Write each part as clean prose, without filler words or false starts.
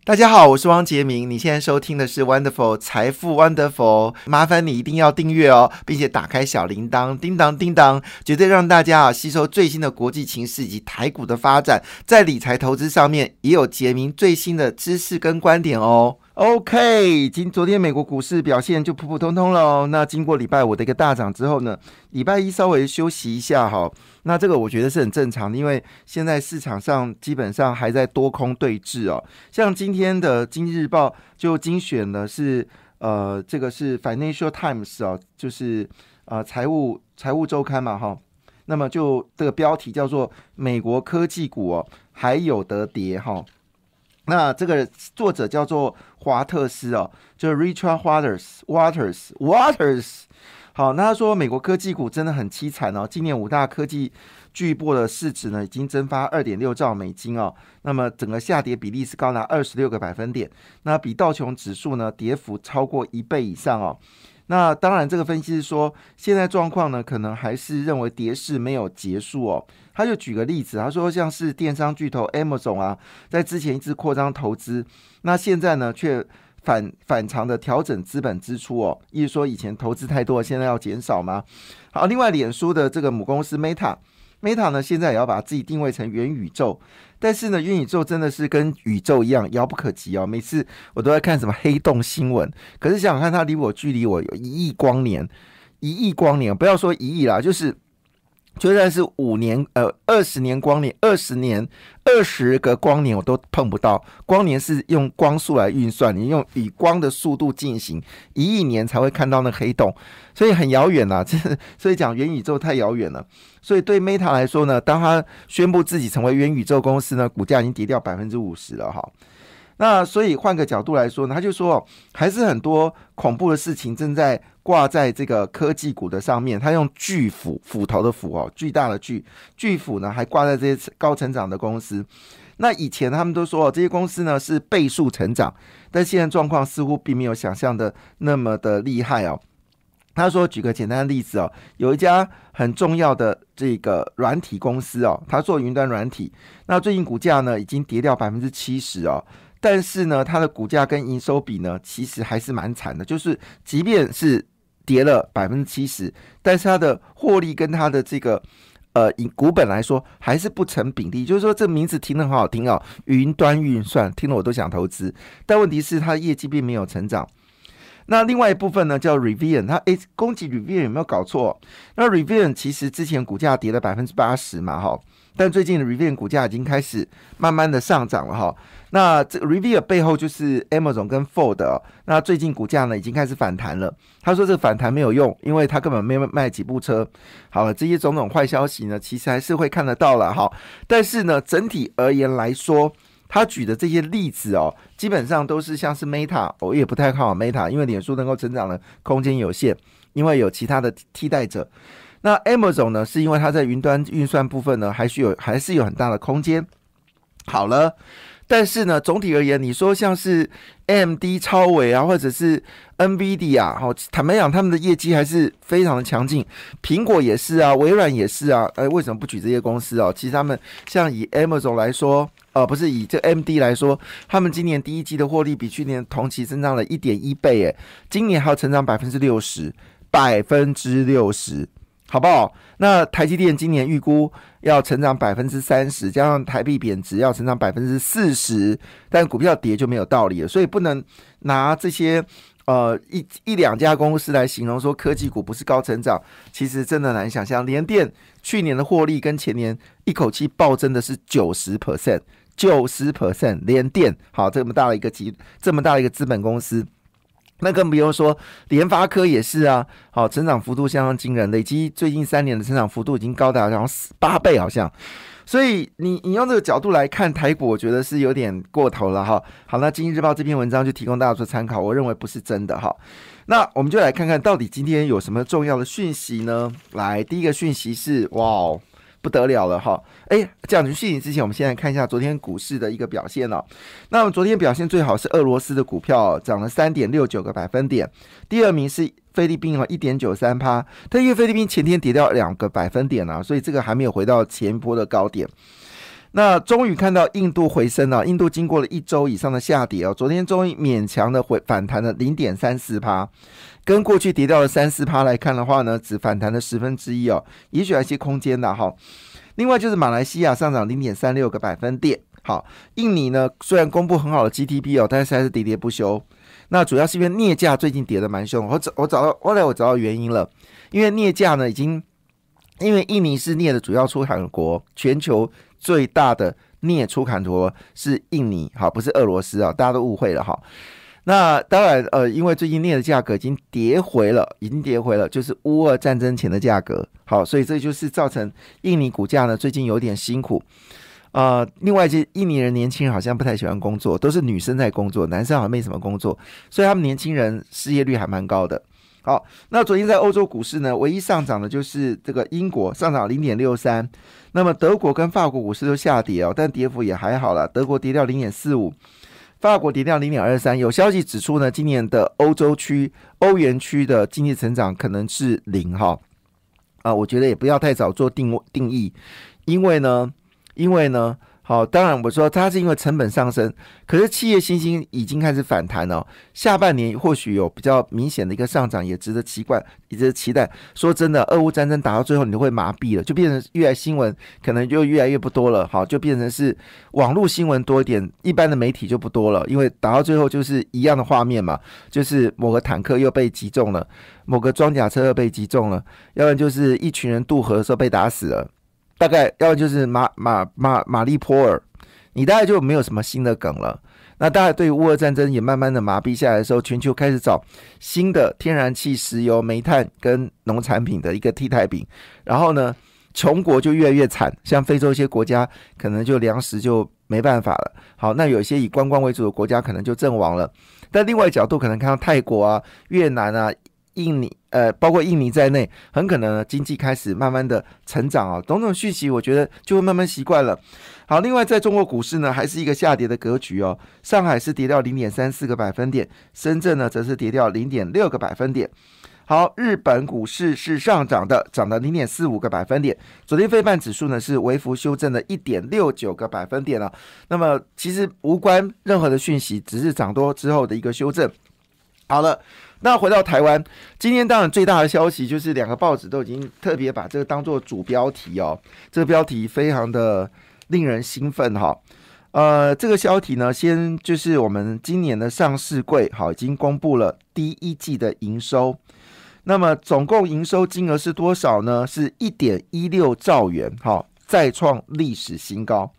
大家好，我是汪杰明，你现在收听的是 Wonderful 财富 Wonderful， 麻烦你一定要订阅哦，并且打开小铃铛，叮当叮当，绝对让大家吸收最新的国际情势以及台股的发展，在理财投资上面也有杰明最新的知识跟观点哦。OK， 昨天美国股市表现就普普通通了哦。那经过礼拜五的一个大涨之后呢，礼拜一稍微休息一下哈。那这个我觉得是很正常的，因为现在市场上基本上还在多空对峙哦。像今天的《经济日报》就精选了是这个是 Financial Times 哦，就是财务周刊嘛哈。那么就这个标题叫做美国科技股哦还有得跌哈。那这个作者叫做华特斯哦，就是 Richard Waters。好，那他说美国科技股真的很凄惨哦，今年5大科技巨擘的市值呢已经蒸发2.6兆美金哦，那么整个下跌比例是高达26个百分点，那比道琼指数呢跌幅超过1倍以上哦。那当然，这个分析是说，现在状况呢，可能还是认为跌势没有结束哦。他就举个例子，他说像是电商巨头 Amazon 啊，在之前一直扩张投资，那现在呢却反常的调整资本支出哦，意思说以前投资太多，现在要减少吗？好，另外脸书的这个母公司 Meta 呢，现在也要把自己定位成元宇宙，但是呢，元宇宙真的是跟宇宙一样遥不可及哦。每次我都在看什么黑洞新闻，可是想想看，它距离我有1亿光年，不要说1亿啦，就算是5年20年光年，20个光年我都碰不到。光年是用光速来运算，你用以光的速度进行，1亿年才会看到那黑洞，所以很遥远啦。所以讲元宇宙太遥远了。所以对 Meta 来说呢，当他宣布自己成为元宇宙公司呢，股价已经跌掉50%了哈。那所以换个角度来说呢，他就说还是很多恐怖的事情正在挂在这个科技股的上面。他用巨斧，斧头的斧哦，巨大的巨斧呢，还挂在这些高成长的公司。那以前他们都说这些公司呢是倍数成长，但现在状况似乎并没有想象的那么的厉害哦。他说，举个简单的例子哦，有一家很重要的这个软体公司哦，他做云端软体，那最近股价呢已经跌掉70%哦。但是呢，它的股价跟营收比呢，其实还是蛮惨的。就是即便是跌了70%，但是它的获利跟它的这个股本来说，还是不成比例。就是说，这名字听得很好听哦，云端运算，听了我都想投资。但问题是，它的业绩并没有成长。那另外一部分呢，叫 Rivian， 它攻击 Rivian 有没有搞错？那 Rivian 其实之前股价跌了80%嘛，哈。但最近的 Rivian 股价已经开始慢慢的上涨了哈。那这个 Rivian 背后就是 Amazon 跟 Ford 哦。那最近股价呢已经开始反弹了。他说这个反弹没有用，因为他根本没有卖几部车。好了，这些种种坏消息呢，其实还是会看得到了哈。但是呢，整体而言来说，他举的这些例子哦，基本上都是像是 Meta， 我也不太看好 Meta， 因为脸书能够成长的空间有限，因为有其他的替代者。那 Amazon 呢，是因为它在云端运算部分呢，还是有很大的空间。好了，但是呢，总体而言，你说像是 AMD 超微啊，或者是 NVIDIA 坦白讲，他们的业绩还是非常的强劲。苹果也是啊，微软也是啊。为什么不举这些公司哦？其实他们像以 Amazon 来说，不是以这 AMD 来说，他们今年第一季的获利比去年同期增长了 1.1 倍，今年还要成长 60%， 60%。好不好？那台积电今年预估要成长 30%， 加上台币贬值要成长 40%， 但股票跌就没有道理了。所以不能拿这些一两家公司来形容说科技股不是高成长，其实真的难想象。联电去年的获利跟前年一口气暴增的是 90%， 联电好，这么大的一个资本公司。那更不用说联发科也是啊，好，成长幅度相当惊人，累积最近3年的成长幅度已经高达好像8倍好像。所以你用这个角度来看台股，我觉得是有点过头了哈。好，那《经济日报》这篇文章就提供大家做参考，我认为不是真的哈。那我们就来看看到底今天有什么重要的讯息呢？来，第一个讯息是哇，不得了了哈！讲讯息之前，我们先来看一下昨天股市的一个表现哦。那么昨天表现最好是俄罗斯的股票，涨了 3.69 个百分点。第二名是菲律宾 1.93%， 但因为菲律宾前天跌掉2个百分点啊，所以这个还没有回到前一波的高点。 那终于看到印度回升了，印度经过了1周以上的下跌昨天终于勉强的反弹了 0.34%， 跟过去跌掉的 3-4% 来看的话呢，只反弹了1/10也许还有一些空间的哈。另外就是马来西亚上涨 0.36个百分点。好，印尼呢虽然公布很好的 GDP 但是还是喋喋不休。那主要是因为镍价最近跌得蛮凶，后来我找到原因了，因为镍价呢因为印尼是镍的主要出产国，全球最大的镍出产国是印尼，好，不是俄罗斯大家都误会了哈。那当然因为最近镍的价格已经跌回了，就是乌俄战争前的价格，好，所以这就是造成印尼股价呢最近有点辛苦。另外印尼人年轻人好像不太喜欢工作，都是女生在工作，男生好像没什么工作，所以他们年轻人失业率还蛮高的。好，那昨天在欧洲股市呢，唯一上涨的就是这个英国上涨 0.63， 那么德国跟法国股市都下跌但跌幅也还好啦，德国跌掉 0.45， 法国跌掉 0.23。 有消息指出呢，今年的欧元区的经济成长可能是0哈。我觉得也不要太早做定义，因为呢好，当然我说它是因为成本上升，可是企业信心已经开始反弹下半年或许有比较明显的一个上涨，也值得期待。说真的，俄乌战争打到最后你就会麻痹了，就变成越来新闻可能就越来越不多了，好，就变成是网络新闻多一点，一般的媒体就不多了，因为打到最后就是一样的画面嘛，就是某个坦克又被击中了，某个装甲车又被击中了，要不然就是一群人渡河的时候被打死了，大概要就是马利波尔，你大概就没有什么新的梗了。那大概对于乌俄战争也慢慢的麻痹下来的时候，全球开始找新的天然气、石油、煤炭跟农产品的一个替代品，然后呢，穷国就越来越惨，像非洲一些国家可能就粮食就没办法了。好，那有一些以观光为主的国家可能就阵亡了。但另外角度可能看到泰国啊、越南啊、印尼包括印尼在内，很可能经济开始慢慢的成长种种讯息我觉得就会慢慢习惯了。好，另外在中国股市呢，还是一个下跌的格局上海是跌掉 0.34个百分点，深圳呢则是跌掉 0.6个百分点。好，日本股市是上涨的，涨了 0.45个百分点。昨天费半指数呢是微幅修正了 1.69个百分点那么其实无关任何的讯息，只是涨多之后的一个修正。好了，那回到台湾，今天当然最大的消息就是两个报纸都已经特别把这个当作主标题这个标题非常的令人兴奋这个消息呢，先就是我们今年的上市柜已经公布了第一季的营收，那么总共营收金额是多少呢？是 1.16 兆元再创历史新高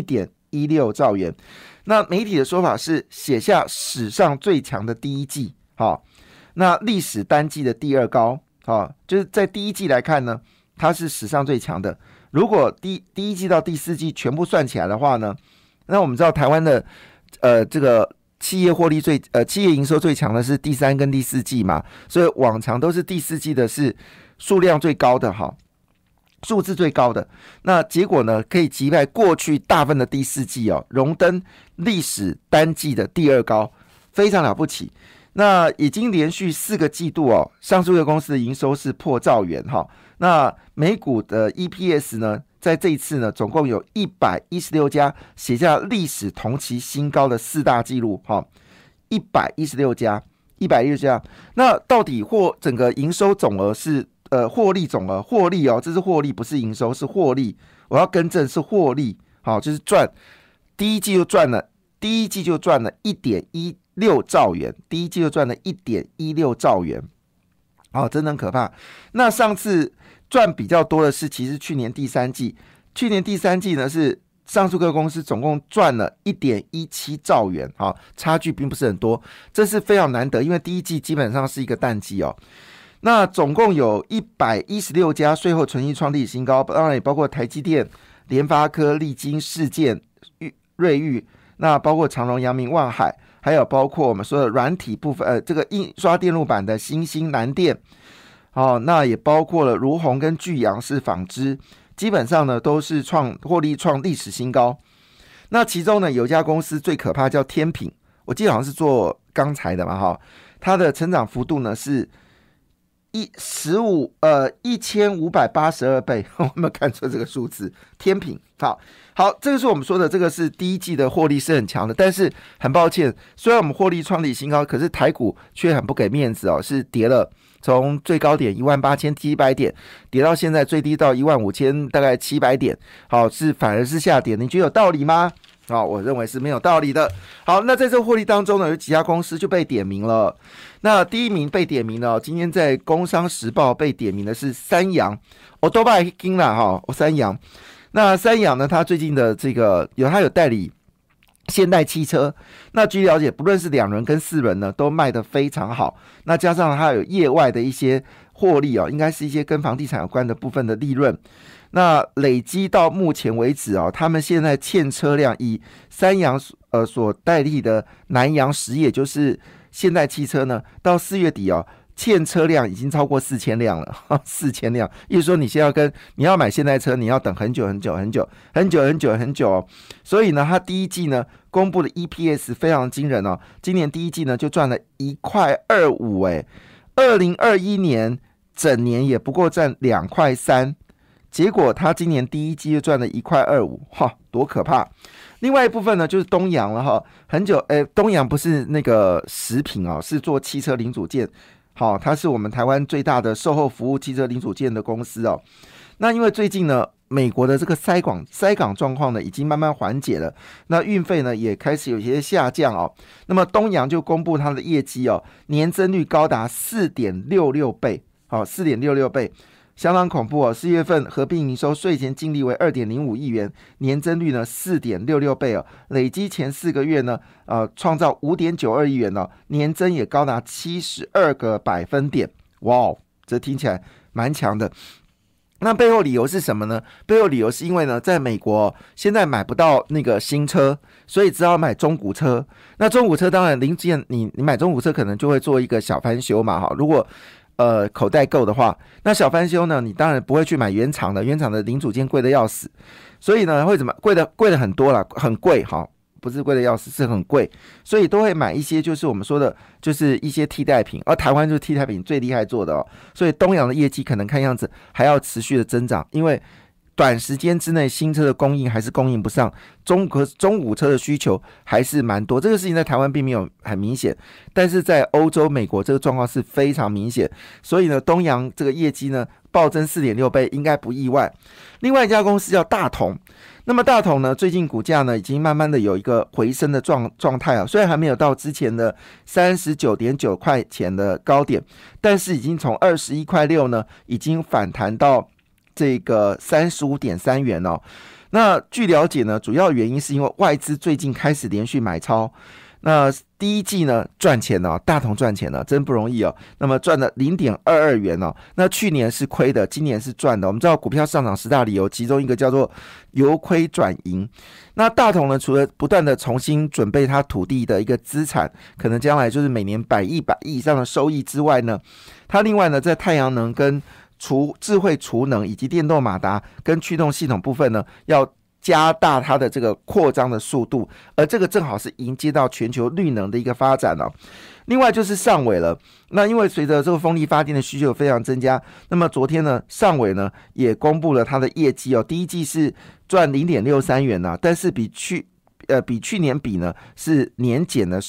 1.16 兆元。那媒体的说法是写下史上最强的第一季那历史单季的第二高就是在第一季来看呢，它是史上最强的。如果第一季到第四季全部算起来的话呢，那我们知道台湾的这个企业营收最强的是第三跟第四季嘛，所以往常都是第四季的是数量最高的数字最高的。那结果呢，可以击败过去大部分的第四季荣登历史单季的第二高，非常了不起。那已经连续4个季度上市公司的营收是破兆元那每股的 EPS 呢，在这一次呢，总共有116家写下历史同期新高的4大纪录116家。那到底整个营收总额是获利总额，获利这是获利，不是营收，是获利。我要更正，是获利就是赚，第一季就赚了 1.16 兆元，第一季就赚了 1.16 兆元，真的很可怕。那上次赚比较多的是其实去年第三季呢是上述各公司总共赚了 1.17 兆元差距并不是很多，这是非常难得，因为第一季基本上是一个淡季那总共有116家税后纯益创历史新高，当然也包括台积电、联发科、力晶、世健、瑞昱，那包括长荣、阳明、万海，还有包括我们说的软体部分这个印刷电路板的新兴、南电那也包括了如虹跟巨阳是纺织，基本上呢都是获利创历史新高。那其中呢有一家公司最可怕，叫天品，我记得好像是做钢材的嘛它的成长幅度呢是 1582倍，我没有看错这个数字，天平。好，这个是我们说的，这个是第一季的获利是很强的，但是很抱歉，虽然我们获利创立新高，可是台股却很不给面子哦，是跌了，从最高点18700点跌到现在最低到15000大概700点，好，反而是下跌，你觉得有道理吗？我认为是没有道理的。好，那在这个获利当中呢，有几家公司就被点名了。那第一名被点名了，今天在《工商时报》被点名的是三洋，我都把听了哈，三洋。那三洋呢，它最近的这个它有代理现代汽车，那据了解，不论是2轮跟4轮呢，都卖得非常好。那加上它有业外的一些获利应该是一些跟房地产有关的部分的利润。那累积到目前为止他们现在欠车辆以三洋所代理的南洋实业，就是现代汽车呢，到4月底欠车辆已经超过4000辆了，4000辆，意思说你现在你要买现代车，你要等很久，所以呢，它第一季呢公布的 EPS 非常惊人今年第一季呢就赚了1.25块，2021年整年也不过赚2.3块。结果他今年第一季就赚了1.25块，多可怕！另外一部分呢，就是东洋了很久，东洋不是那个食品是做汽车零组件，它是我们台湾最大的售后服务汽车零组件的公司那因为最近呢，美国的这个塞港状况呢，已经慢慢缓解了，那运费呢也开始有些下降那么东洋就公布它的业绩年增率高达 4.66 倍，4.66 倍。相当恐怖4月份合并营收税前净利为 2.05 亿元，年增率呢 4.66 倍累积前4个月呢创造 5.92 亿元年增也高达72个百分点。哇，这听起来蛮强的。那背后理由是什么呢？背后理由是因为呢，在美国现在买不到那个新车，所以只好买中古车。那中古车当然零件你买中古车可能就会做一个小翻修嘛如果口袋够的话，那小翻修呢，你当然不会去买原厂的零组件贵的要死，所以呢会怎么贵的很多啦，很贵不是贵的要死，是很贵，所以都会买一些就是我们说的就是一些替代品，而台湾就是替代品最厉害做的所以东洋的业绩可能看样子还要持续的增长，因为短时间之内新车的供应还是供应不上，中古车的需求还是蛮多，这个事情在台湾并没有很明显，但是在欧洲美国这个状况是非常明显，所以呢东洋这个业绩呢暴增 4.6 倍应该不意外。另外一家公司叫大同，那么大同呢最近股价呢已经慢慢的有一个回升的状态虽然还没有到之前的 39.9 块钱的高点，但是已经从 21.6 块呢已经反弹到这个 35.3 元那据了解呢，主要原因是因为外资最近开始连续买超，那第一季呢赚钱大同赚钱真不容易那么赚了 0.22 元那去年是亏的，今年是赚的。我们知道股票上涨10大理由，其中一个叫做由亏转盈。那大同呢，除了不断的重新准备它土地的一个资产，可能将来就是每年100亿以上的收益之外呢，它另外呢在太阳能跟智慧储能以及电动马达跟驱动系统部分呢，要加大它的这个扩张的速度，而这个正好是迎接到全球绿能的一个发展另外就是上尾了，那因为随着这个风力发电的需求非常增加，那么昨天呢上尾呢也公布了它的业绩第一季是赚 0.63 元但是比去年比呢是年减了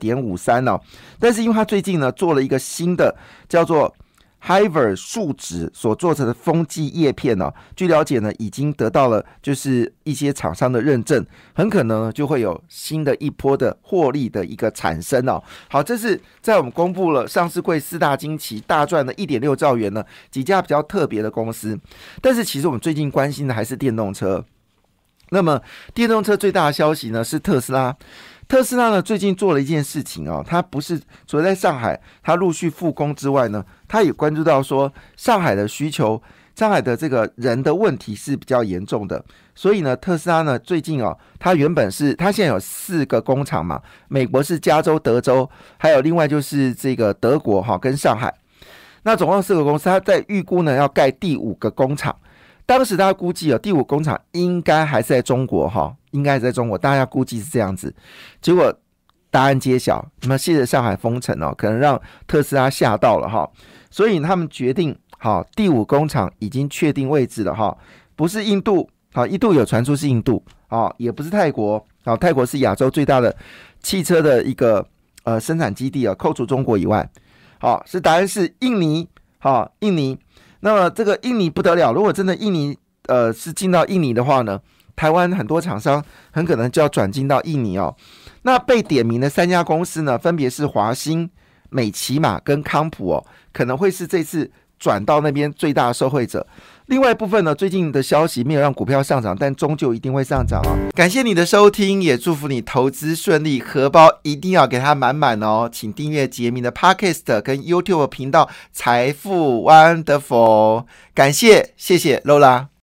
12.53 但是因为它最近呢做了一个新的叫做Hiver 树脂所做成的风机叶片据了解呢已经得到了就是一些厂商的认证，很可能呢就会有新的一波的获利的一个产生好，这是在我们公布了上市柜4大惊奇大赚的 1.6 兆元呢几家比较特别的公司，但是其实我们最近关心的还是电动车。那么电动车最大的消息呢是特斯拉。特斯拉呢最近做了一件事情它不是除了在上海它陆续复工之外呢，它也关注到说上海的需求，上海的这个人的问题是比较严重的，所以呢特斯拉呢最近它现在有4个工厂嘛，美国是加州、德州，还有另外就是这个德国跟上海，那总共4个公司，它在预估呢要盖第5个工厂。当时大家估计第5工厂应该还是在中国应该在中国，大家估计是这样子。结果答案揭晓，那么谢着上海封城可能让特斯拉吓到了所以他们决定好第5工厂已经确定位置了哈，不是印度，好，印度有传出是印度，也不是泰国，泰国是亚洲最大的汽车的一个生产基地扣除中国以外，是答案是印尼，印尼。那么这个印尼不得了，如果真的印尼是进到印尼的话呢，台湾很多厂商很可能就要转进到印尼哦。那被点名的3家公司呢，分别是华兴、美骑马跟康普哦，可能会是这次转到那边最大的受惠者。另外一部分呢，最近的消息没有让股票上涨，但终究一定会上涨哦。感谢你的收听，也祝福你投资顺利，荷包一定要给它满满哦。请订阅杰明的 Podcast 跟 YouTube 频道财富 Wonderful， 感谢，谢谢 Lola。